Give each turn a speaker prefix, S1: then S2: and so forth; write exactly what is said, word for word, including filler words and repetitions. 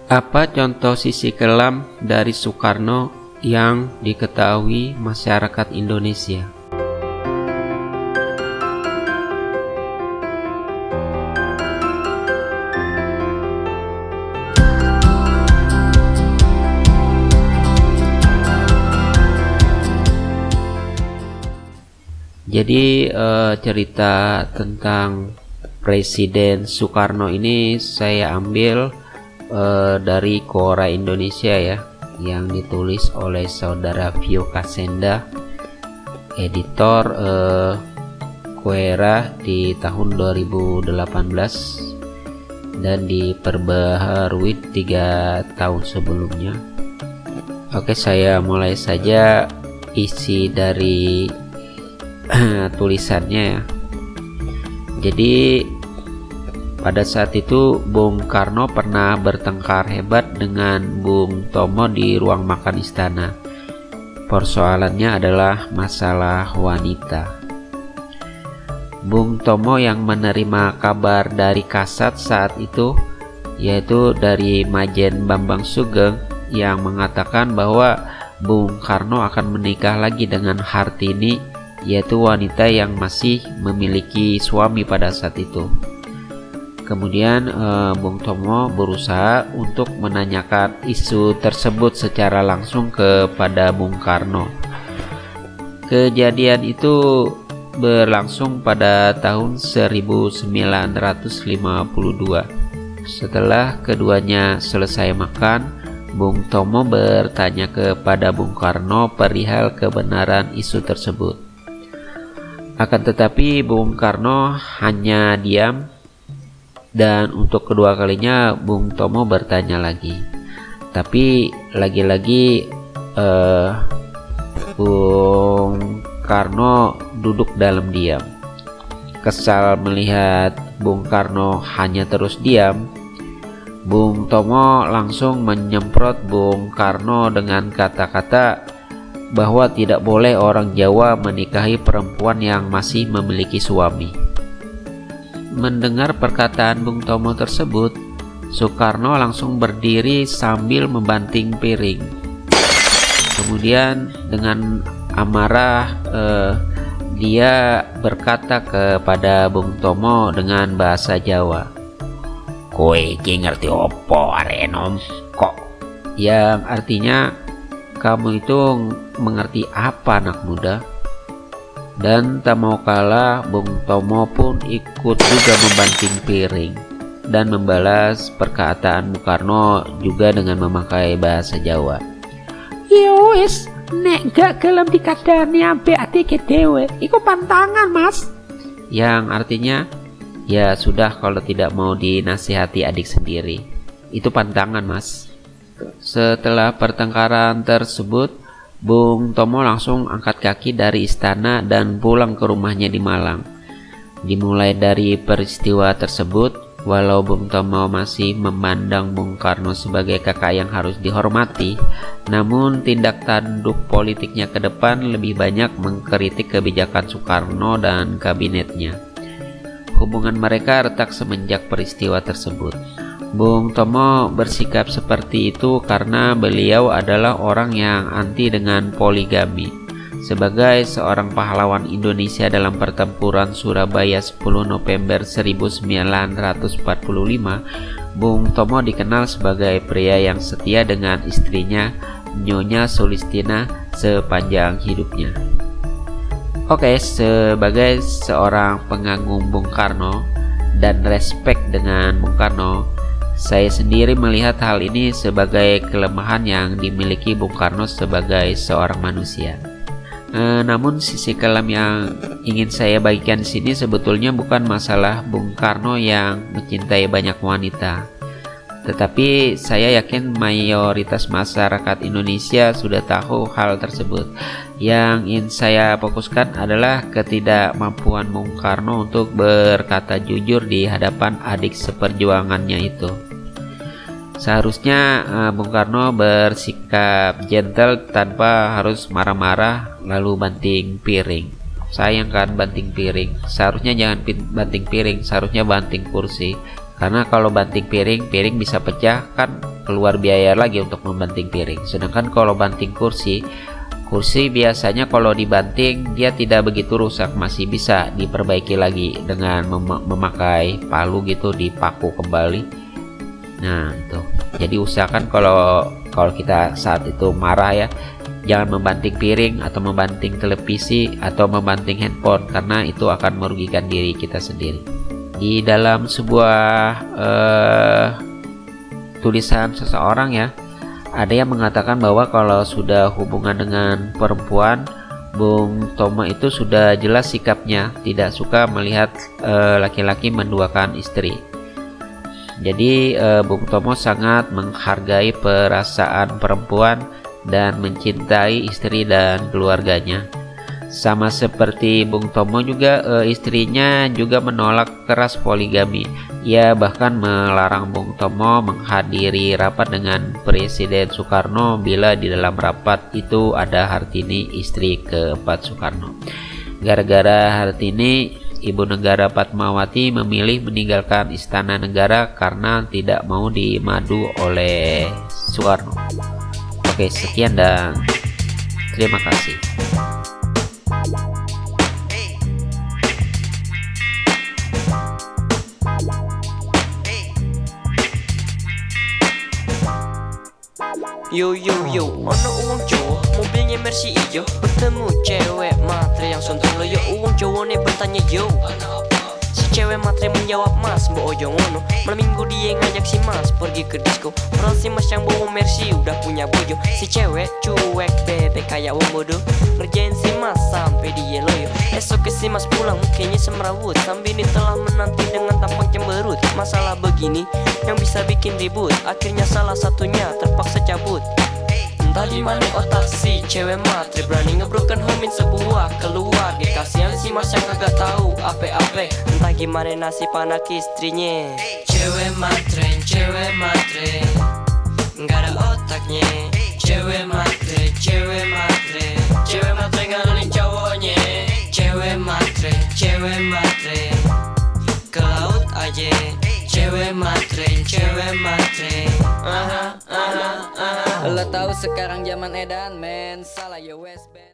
S1: Apa contoh sisi kelam dari Soekarno yang diketahui masyarakat Indonesia? Jadi eh, cerita tentang Presiden Soekarno ini saya ambil eh, dari Quora Indonesia ya, yang ditulis oleh saudara Vio Kasenda, editor eh, Quora di tahun dua ribu delapan belas dan diperbaharui tiga tahun sebelumnya. Oke, saya mulai saja isi dari tulisannya ya. Jadi pada saat itu Bung Karno pernah bertengkar hebat dengan Bung Tomo di ruang makan istana. Persoalannya adalah masalah wanita. Bung Tomo yang menerima kabar dari Kasat saat itu, yaitu dari Majen Bambang Sugeng, yang mengatakan bahwa Bung Karno akan menikah lagi dengan Hartini, yaitu wanita yang masih memiliki suami pada saat itu. Kemudian eh, Bung Tomo berusaha untuk menanyakan isu tersebut secara langsung kepada Bung Karno. Kejadian itu berlangsung pada tahun seribu sembilan ratus lima puluh dua. Setelah keduanya selesai makan, Bung Tomo bertanya kepada Bung Karno perihal kebenaran isu tersebut. Akan tetapi Bung Karno hanya diam, dan untuk kedua kalinya Bung Tomo bertanya lagi. Tapi lagi-lagi eh, Bung Karno duduk dalam diam. Kesal melihat Bung Karno hanya terus diam, Bung Tomo langsung menyemprot Bung Karno dengan kata-kata bahwa tidak boleh orang Jawa menikahi perempuan yang masih memiliki suami. Mendengar perkataan Bung Tomo tersebut, Soekarno langsung berdiri sambil membanting piring. Kemudian dengan amarah eh, dia berkata kepada Bung Tomo dengan bahasa Jawa, "Kowe iki ngerti opo arek enom kok?" Yang artinya, "Kamu itu mengerti apa anak muda?" Dan tak mau kalah, Bung Tomo pun ikut juga membanting piring dan membalas perkataan Bung Karno juga dengan memakai bahasa Jawa. "Yo wis, nek gak gelem dikadani ambek adike dhewe, iku pantangan, Mas." Yang artinya, ya sudah kalau tidak mau dinasihati adik sendiri, itu pantangan, Mas. Setelah pertengkaran tersebut, Bung Tomo langsung angkat kaki dari istana dan pulang ke rumahnya di Malang. Dimulai dari peristiwa tersebut, walau Bung Tomo masih memandang Bung Karno sebagai kakak yang harus dihormati, namun tindak tanduk politiknya ke depan lebih banyak mengkritik kebijakan Soekarno dan kabinetnya. Hubungan mereka retak semenjak peristiwa tersebut. Bung Tomo bersikap seperti itu karena beliau adalah orang yang anti dengan poligami. Sebagai seorang pahlawan Indonesia dalam pertempuran Surabaya sepuluh November seribu sembilan ratus empat puluh lima, Bung Tomo dikenal sebagai pria yang setia dengan istrinya, Nyonya Sulistina, sepanjang hidupnya. Oke, sebagai seorang pengagum Bung Karno dan respect dengan Bung Karno, saya sendiri melihat hal ini sebagai kelemahan yang dimiliki Bung Karno sebagai seorang manusia. E, namun sisi kelam yang ingin saya bagikan di sini sebetulnya bukan masalah Bung Karno yang mencintai banyak wanita, tetapi saya yakin mayoritas masyarakat Indonesia sudah tahu hal tersebut. Yang ingin saya fokuskan adalah ketidakmampuan Bung Karno untuk berkata jujur di hadapan adik seperjuangannya itu. Seharusnya uh, Bung Karno bersikap gentle tanpa harus marah-marah lalu banting piring. Sayang kan banting piring. Seharusnya jangan banting piring, seharusnya banting kursi. Karena kalau banting piring, piring bisa pecah, kan keluar biaya lagi untuk membanting piring. Sedangkan kalau banting kursi, kursi biasanya kalau dibanting dia tidak begitu rusak, masih bisa diperbaiki lagi dengan mem memakai palu gitu, dipaku kembali. Nah itu, jadi usahakan kalau kalau kita saat itu marah ya, jangan membanting piring atau membanting televisi atau membanting handphone, karena itu akan merugikan diri kita sendiri. Di dalam sebuah uh, tulisan seseorang ya, ada yang mengatakan bahwa kalau sudah hubungan dengan perempuan, Bung Tomo itu sudah jelas sikapnya, tidak suka melihat laki-laki uh, menduakan istri. Jadi uh, Bung Tomo sangat menghargai perasaan perempuan dan mencintai istri dan keluarganya. Sama seperti Bung Tomo juga, e, istrinya juga menolak keras poligami. Ia bahkan melarang Bung Tomo menghadiri rapat dengan Presiden Soekarno bila di dalam rapat itu ada Hartini, istri keempat Soekarno. Gara-gara Hartini, Ibu Negara Fatmawati memilih meninggalkan Istana Negara karena tidak mau dimadu oleh Soekarno. Oke, sekian dan terima kasih.
S2: Yo yo yo, ono uang cowok, mobilnya Mercy ijo, bertemu cewek matre yang sontong loyo. Uang cowok nih bertanya yo, si cewek matre menjawab, mas mbok ojo ngono, malam minggu dia ngajak si mas pergi ke disco. Padahal si mas yang bawa Mercy udah punya bojo. Si cewek cuek bete kayak wong bodoh, ngerjain si mas sampai dia loyo. Esok ke si mas pulang mukanya semrawut, sambil ini telah menanti dengan tampang cemberut. Masalah begini yang bisa bikin ribut, akhirnya salah satunya terpaksa cabut. Entah di mana otak si cewek matre berani ngebroken homin sebuah keluarga. Kasihan si mas yang kagak tahu ape-ape, entah gimana nasib anak istrinya. Cewek matre, cewek matre, nggak ada otaknya. Cewek matre, cewek matre, cewek matre ngalin cowoknya. Cewek matre, cewek matre, ke laut aja. Cewek matre, cewek matre. Aha, aha, aha. Lo tahu sekarang zaman edan men, salah ya West Band.